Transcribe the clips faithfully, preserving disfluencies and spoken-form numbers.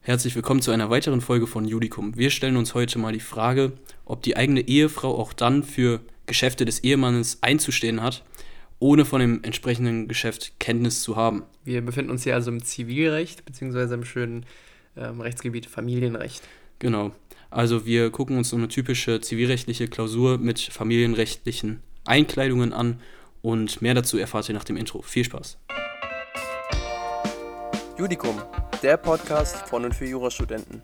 Herzlich willkommen zu einer weiteren Folge von Judikum. Wir stellen uns heute mal die Frage, ob die eigene Ehefrau auch dann für Geschäfte des Ehemannes einzustehen hat, ohne von dem entsprechenden Geschäft Kenntnis zu haben. Wir befinden uns hier also im Zivilrecht, beziehungsweise im schönen ähm, Rechtsgebiet Familienrecht. Genau. Also wir gucken uns so eine typische zivilrechtliche Klausur mit familienrechtlichen Einkleidungen an und mehr dazu erfahrt ihr nach dem Intro. Viel Spaß. Judikum, der Podcast von und für Jurastudenten.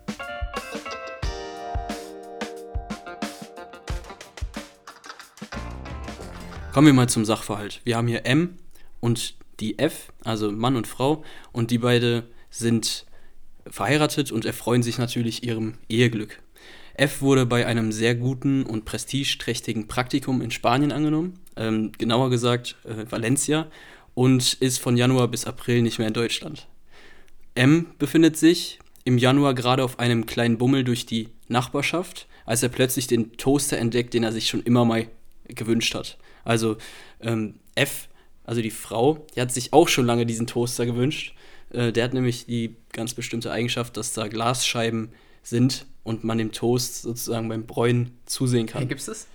Kommen wir mal zum Sachverhalt. Wir haben hier M und die F, also Mann und Frau, und die beide sind verheiratet und erfreuen sich natürlich ihrem Eheglück. F wurde bei einem sehr guten und prestigeträchtigen Praktikum in Spanien angenommen, ähm, genauer gesagt äh, Valencia, und ist von Januar bis April nicht mehr in Deutschland. M befindet sich im Januar gerade auf einem kleinen Bummel durch die Nachbarschaft, als er plötzlich den Toaster entdeckt, den er sich schon immer mal gewünscht hat. Also ähm, F, also die Frau, die hat sich auch schon lange diesen Toaster gewünscht. Äh, der hat nämlich die ganz bestimmte Eigenschaft, dass da Glasscheiben sind und man dem Toast sozusagen beim Bräunen zusehen kann. Hey, gibt's das?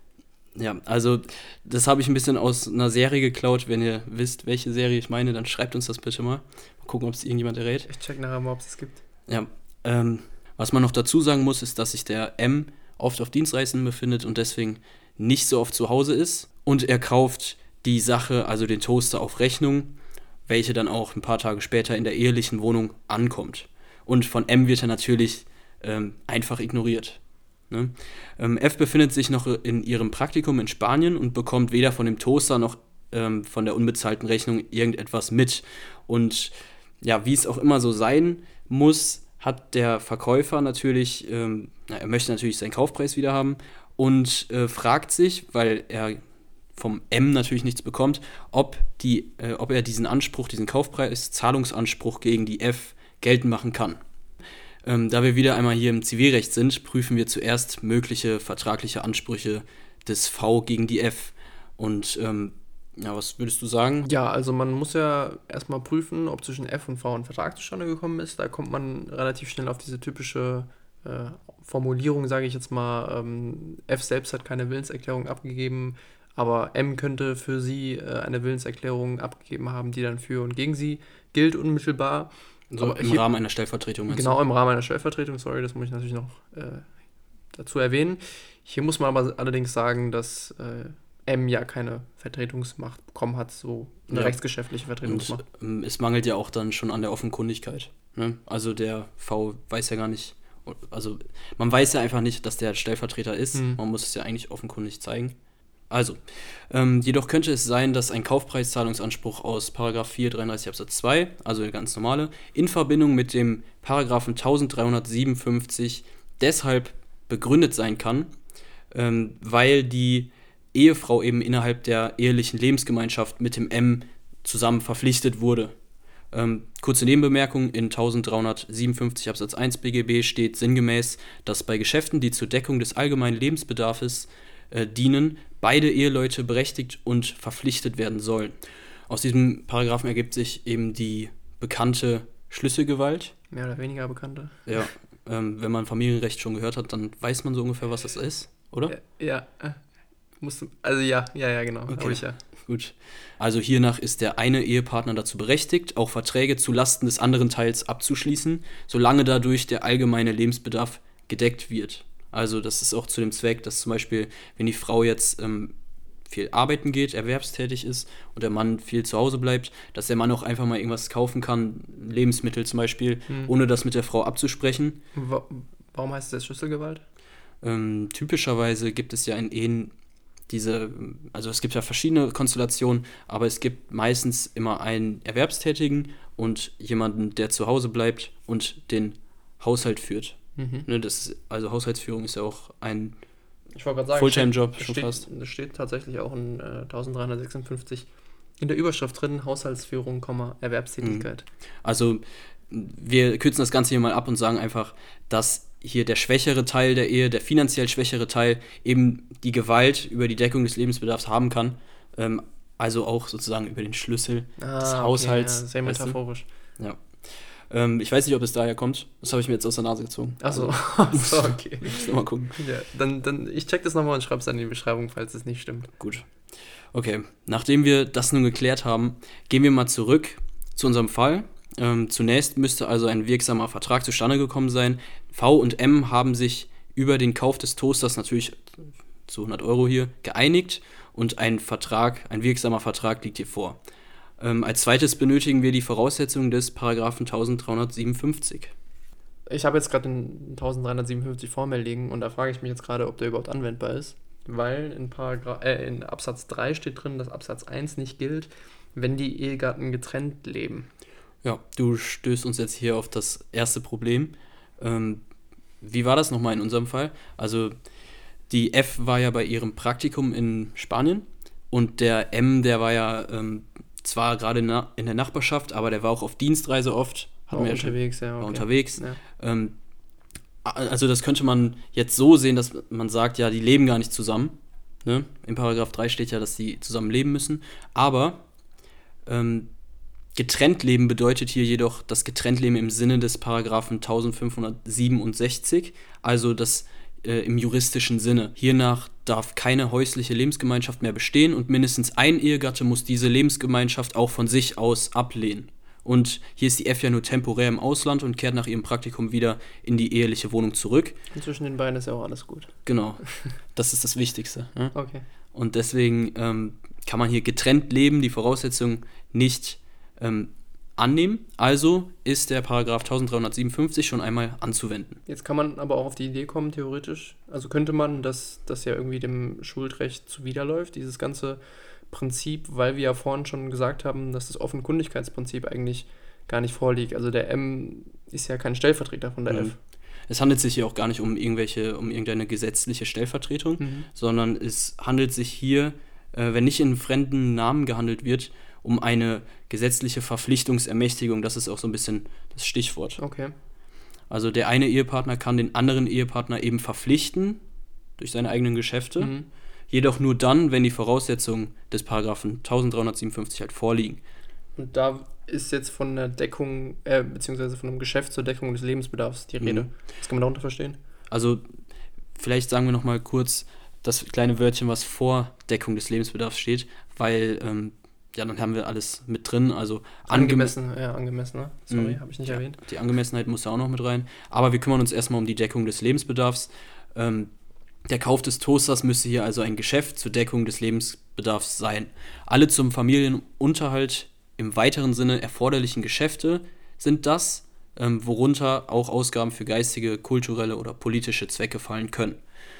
Ja, also das habe ich ein bisschen aus einer Serie geklaut. Wenn ihr wisst, welche Serie ich meine, dann schreibt uns das bitte mal. Mal gucken, ob es irgendjemand errät. Ich check nachher mal, ob es es gibt. Ja, ähm, was man noch dazu sagen muss, ist, dass sich der M oft auf Dienstreisen befindet und deswegen nicht so oft zu Hause ist. Und er kauft die Sache, also den Toaster, auf Rechnung, welche dann auch ein paar Tage später in der ehelichen Wohnung ankommt. Und von M wird er natürlich ähm, einfach ignoriert. Ne? Ähm, F befindet sich noch in ihrem Praktikum in Spanien und bekommt weder von dem Toaster noch ähm, von der unbezahlten Rechnung irgendetwas mit. Und ja, wie es auch immer so sein muss, hat der Verkäufer natürlich, ähm, na, er möchte natürlich seinen Kaufpreis wieder haben und äh, fragt sich, weil er vom M natürlich nichts bekommt, ob, die, äh, ob er diesen Anspruch, diesen Kaufpreis, Zahlungsanspruch gegen die F geltend machen kann. Ähm, da wir wieder einmal hier im Zivilrecht sind, prüfen wir zuerst mögliche vertragliche Ansprüche des V gegen die F. Und ähm, ja, was würdest du sagen? Ja, also man muss ja erstmal prüfen, ob zwischen F und V ein Vertrag zustande gekommen ist. Da kommt man relativ schnell auf diese typische äh, Formulierung, sage ich jetzt mal. Ähm, F selbst hat keine Willenserklärung abgegeben, aber M könnte für sie äh, eine Willenserklärung abgegeben haben, die dann für und gegen sie gilt unmittelbar. So aber im hier, Rahmen einer Stellvertretung, meinst Genau, du? im Rahmen einer Stellvertretung, sorry, das muss ich natürlich noch äh, dazu erwähnen. Hier muss man aber allerdings sagen, dass äh, M ja keine Vertretungsmacht bekommen hat, so eine Ja. rechtsgeschäftliche Vertretungsmacht. Und ähm, es mangelt ja auch dann schon an der Offenkundigkeit. Ne? Also der V weiß ja gar nicht, also man weiß ja einfach nicht, dass der Stellvertreter ist. Mhm. Man muss es ja eigentlich offenkundig zeigen. Also, ähm, jedoch könnte es sein, dass ein Kaufpreiszahlungsanspruch aus Paragraph vierhundertdreiunddreißig Absatz zwei, also der ganz normale, in Verbindung mit dem Paragraphen dreizehnhundertsiebenundfünfzig deshalb begründet sein kann, ähm, weil die Ehefrau eben innerhalb der ehelichen Lebensgemeinschaft mit dem M zusammen verpflichtet wurde. Ähm, kurze Nebenbemerkung, in dreizehnhundertsiebenundfünfzig Absatz eins B G B steht sinngemäß, dass bei Geschäften, die zur Deckung des allgemeinen Lebensbedarfs äh, dienen, beide Eheleute berechtigt und verpflichtet werden sollen. Aus diesem Paragraphen ergibt sich eben die bekannte Schlüsselgewalt. Mehr oder weniger bekannte. Ja, ähm, wenn man Familienrecht schon gehört hat, dann weiß man so ungefähr, was das ist, oder? Ja, ja. Äh, musst du, also ja, ja, ja, genau. Okay. Hab ich ja. Gut. Also hiernach ist der eine Ehepartner dazu berechtigt, auch Verträge zu Lasten des anderen Teils abzuschließen, solange dadurch der allgemeine Lebensbedarf gedeckt wird. Also das ist auch zu dem Zweck, dass zum Beispiel, wenn die Frau jetzt ähm, viel arbeiten geht, erwerbstätig ist und der Mann viel zu Hause bleibt, dass der Mann auch einfach mal irgendwas kaufen kann, Lebensmittel zum Beispiel, Hm. ohne das mit der Frau abzusprechen. Wa- Warum heißt das Schlüsselgewalt? Ähm, typischerweise gibt es ja in Ehen diese, also es gibt ja verschiedene Konstellationen, aber es gibt meistens immer einen Erwerbstätigen und jemanden, der zu Hause bleibt und den Haushalt führt. Mhm. Ne, das ist, also Haushaltsführung ist ja auch ein Ich wollte gerade sagen, Fulltime-Job steht- schon steht, fast. Das steht tatsächlich auch in äh, dreizehnhundertsechsundfünfzig in der Überschrift drin, Haushaltsführung, Komma, Erwerbstätigkeit. Also wir kürzen das Ganze hier mal ab und sagen einfach, dass hier der schwächere Teil der Ehe, der finanziell schwächere Teil, eben die Gewalt über die Deckung des Lebensbedarfs haben kann. Ähm, also auch sozusagen über den Schlüssel Ah, des okay, Haushalts. ja, sehr weißt du? metaphorisch. Ja. Ähm, ich weiß nicht, ob es daher kommt. Das habe ich mir jetzt aus der Nase gezogen. Achso, Also, so, okay. muss noch mal gucken. Ja, dann, dann, ich check das nochmal und schreibe es dann in die Beschreibung, falls es nicht stimmt. Gut. Okay, nachdem wir das nun geklärt haben, gehen wir mal zurück zu unserem Fall. Ähm, zunächst müsste also ein wirksamer Vertrag zustande gekommen sein. V und M haben sich über den Kauf des Toasters, natürlich zu hundert Euro hier, geeinigt und ein Vertrag, ein wirksamer Vertrag liegt hier vor. Ähm, als zweites benötigen wir die Voraussetzungen des Paragraphen dreizehnhundertsiebenundfünfzig. Ich habe jetzt gerade den dreizehnhundertsiebenundfünfzig vor mir liegen und da frage ich mich jetzt gerade, ob der überhaupt anwendbar ist. Weil in, Paragra- äh, in Absatz drei steht drin, dass Absatz eins nicht gilt, wenn die Ehegatten getrennt leben. Ja, du stößt uns jetzt hier auf das erste Problem. Ähm, wie war das nochmal in unserem Fall? Also die F war ja bei ihrem Praktikum in Spanien und der M, der war ja ähm, zwar gerade na- in der Nachbarschaft, aber der war auch auf Dienstreise oft. War wir ja schon- unterwegs, ja. War Okay. unterwegs. Ja. Ähm, a- also das könnte man jetzt so sehen, dass man sagt, ja, die leben gar nicht zusammen. Ne? Im Paragraph drei steht ja, dass sie zusammen leben müssen. Aber ähm, getrennt leben bedeutet hier jedoch das getrennt leben im Sinne des Paragraphen fünfzehnhundertsiebenundsechzig, also das äh, im juristischen Sinne. Hiernach darf keine häusliche Lebensgemeinschaft mehr bestehen und mindestens ein Ehegatte muss diese Lebensgemeinschaft auch von sich aus ablehnen. Und hier ist die F ja nur temporär im Ausland und kehrt nach ihrem Praktikum wieder in die eheliche Wohnung zurück. Und zwischen den beiden ist ja auch alles gut. Genau, das ist das Wichtigste. Ne? Okay. Und deswegen ähm, kann man hier getrennt leben, die Voraussetzung nicht ähm, annehmen. Also ist der Paragraph dreizehnhundertsiebenundfünfzig schon einmal anzuwenden. Jetzt kann man aber auch auf die Idee kommen, theoretisch, also könnte man, dass das ja irgendwie dem Schuldrecht zuwiderläuft, dieses ganze Prinzip, weil wir ja vorhin schon gesagt haben, dass das Offenkundigkeitsprinzip eigentlich gar nicht vorliegt. Also der M ist ja kein Stellvertreter von der Mhm. F. Es handelt sich hier auch gar nicht um irgendwelche, um irgendeine gesetzliche Stellvertretung, Mhm. sondern es handelt sich hier, äh, wenn nicht in fremden Namen gehandelt wird, um eine gesetzliche Verpflichtungsermächtigung. Das ist auch so ein bisschen das Stichwort. Okay. Also der eine Ehepartner kann den anderen Ehepartner eben verpflichten durch seine eigenen Geschäfte, Mhm. jedoch nur dann, wenn die Voraussetzungen des Paragraphen dreizehnhundertsiebenundfünfzig halt vorliegen. Und da ist jetzt von der Deckung, äh, beziehungsweise von einem Geschäft zur Deckung des Lebensbedarfs die Rede. Mhm. Was kann man darunter verstehen? Also vielleicht sagen wir noch mal kurz das kleine Wörtchen, was vor Deckung des Lebensbedarfs steht, weil ähm, ja, dann haben wir alles mit drin. Also angemessen. Angemessen, ja, angemessen, ne? Sorry, Mhm. habe ich nicht Ja, erwähnt. die Angemessenheit muss da auch noch mit rein. Aber wir kümmern uns erstmal um die Deckung des Lebensbedarfs. Ähm, der Kauf des Toasters müsste hier also ein Geschäft zur Deckung des Lebensbedarfs sein. Alle zum Familienunterhalt im weiteren Sinne erforderlichen Geschäfte sind das, ähm, worunter auch Ausgaben für geistige, kulturelle oder politische Zwecke fallen können.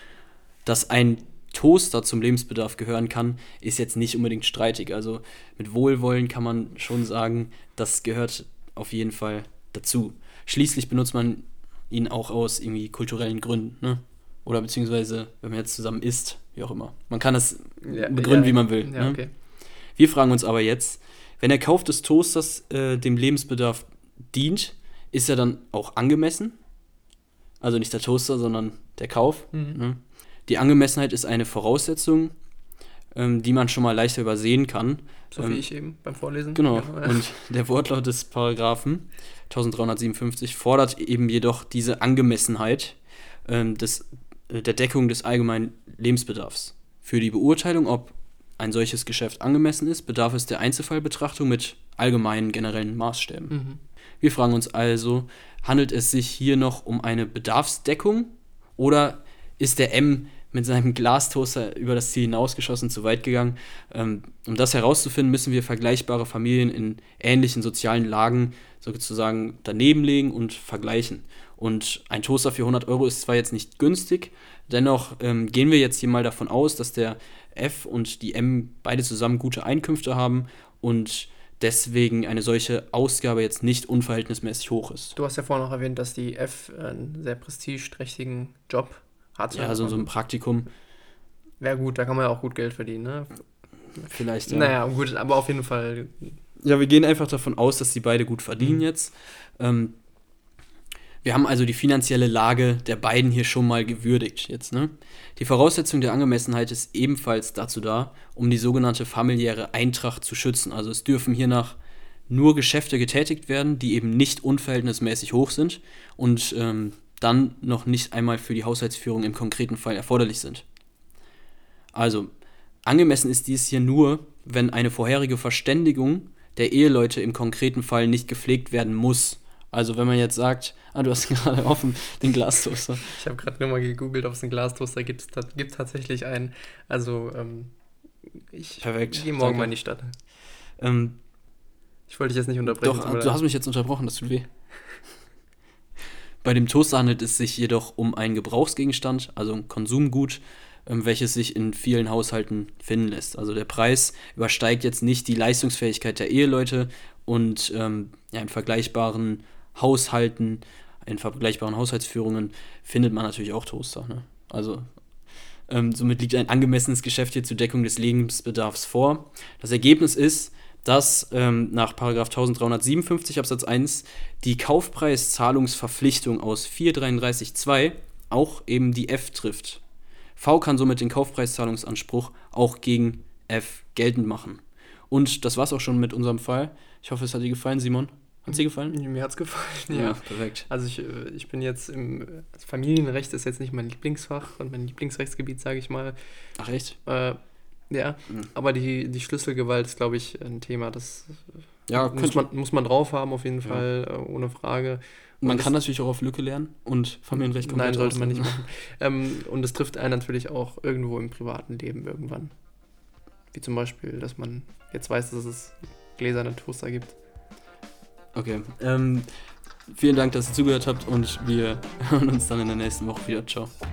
Dass ein Toaster zum Lebensbedarf gehören kann, ist jetzt nicht unbedingt streitig. Also mit Wohlwollen kann man schon sagen, das gehört auf jeden Fall dazu. Schließlich benutzt man ihn auch aus irgendwie kulturellen Gründen, ne? Oder beziehungsweise, wenn man jetzt zusammen isst, wie auch immer. Man kann das Ja, begründen, ja, wie man will. Ja, ne? okay. Wir fragen uns aber jetzt, wenn der Kauf des Toasters äh, dem Lebensbedarf dient, ist er dann auch angemessen? Also nicht der Toaster, sondern der Kauf. Mhm. Ne? Die Angemessenheit ist eine Voraussetzung, ähm, die man schon mal leichter übersehen kann. So Ähm, wie ich eben beim Vorlesen. Genau. Ja. Und der Wortlaut des Paragraphen dreizehnhundertsiebenundfünfzig fordert eben jedoch diese Angemessenheit ähm, des, äh, der Deckung des allgemeinen Lebensbedarfs. Für die Beurteilung, ob ein solches Geschäft angemessen ist, bedarf es der Einzelfallbetrachtung mit allgemeinen generellen Maßstäben. Mhm. Wir fragen uns also, handelt es sich hier noch um eine Bedarfsdeckung oder ist der M mit seinem Glastoaster über das Ziel hinausgeschossen, zu weit gegangen? Ähm, um das herauszufinden, müssen wir vergleichbare Familien in ähnlichen sozialen Lagen sozusagen daneben legen und vergleichen. Und ein Toaster für hundert Euro ist zwar jetzt nicht günstig, dennoch ähm, gehen wir jetzt hier mal davon aus, dass der F und die M beide zusammen gute Einkünfte haben und deswegen eine solche Ausgabe jetzt nicht unverhältnismäßig hoch ist. Du hast ja vorhin noch erwähnt, dass die F einen sehr prestigeträchtigen Job hatte. Ja, also so ein Praktikum Wäre gut, da kann man ja auch gut Geld verdienen, ne? vielleicht. Ja. Naja, gut, aber auf jeden Fall. Ja, wir gehen einfach davon aus, dass die beide gut verdienen Mhm. jetzt. Ähm, wir haben also die finanzielle Lage der beiden hier schon mal gewürdigt jetzt, ne? Die Voraussetzung der Angemessenheit ist ebenfalls dazu da, um die sogenannte familiäre Eintracht zu schützen. Also es dürfen hiernach nur Geschäfte getätigt werden, die eben nicht unverhältnismäßig hoch sind und ähm, dann noch nicht einmal für die Haushaltsführung im konkreten Fall erforderlich sind. Also, angemessen ist dies hier nur, wenn eine vorherige Verständigung der Eheleute im konkreten Fall nicht gepflegt werden muss. Also wenn man jetzt sagt, ah, du hast gerade offen den Glastoaster. Ich habe gerade nur mal gegoogelt, ob es einen Glastoaster gibt. Es gibt tatsächlich einen. Also ähm, ich Perfekt, gehe morgen danke. mal in die Stadt. Ähm, ich wollte dich jetzt nicht unterbrechen. Doch, du hast mich jetzt unterbrochen, das tut weh. Bei dem Toaster handelt es sich jedoch um einen Gebrauchsgegenstand, also ein Konsumgut, ähm, welches sich in vielen Haushalten finden lässt. Also der Preis übersteigt jetzt nicht die Leistungsfähigkeit der Eheleute und ähm, ja, in vergleichbaren Haushalten, in vergleichbaren Haushaltsführungen findet man natürlich auch Toaster. Ne? Also ähm, somit liegt ein angemessenes Geschäft hier zur Deckung des Lebensbedarfs vor. Das Ergebnis ist, dass ähm, nach Paragraph dreizehnhundertsiebenundfünfzig Absatz eins die Kaufpreiszahlungsverpflichtung aus vierhundertdreiunddreißig Absatz zwei auch eben die F trifft. V kann somit den Kaufpreiszahlungsanspruch auch gegen F geltend machen. Und das war's auch schon mit unserem Fall. Ich hoffe, es hat dir gefallen, Simon. Hat es dir gefallen? Mir hat's gefallen, ja. Ja, perfekt. Also ich, ich bin jetzt im das Familienrecht ist jetzt nicht mein Lieblingsfach und mein Lieblingsrechtsgebiet, sage ich mal. Ach echt? Äh, ja, Mhm. aber die, die Schlüsselgewalt ist, glaube ich, ein Thema, das Ja, muss könnte man, muss man drauf haben, auf jeden Ja. Fall, äh, ohne Frage. Man Und kann das- natürlich auch auf Lücke lernen und Familienrecht komplett Nein, sollte man nicht auslassen. machen. ähm, und es trifft einen natürlich auch irgendwo im privaten Leben irgendwann. Wie zum Beispiel, dass man jetzt weiß, dass es gläserne Toaster gibt. Okay, ähm, vielen Dank, dass ihr zugehört habt und wir hören uns dann in der nächsten Woche wieder. Ciao.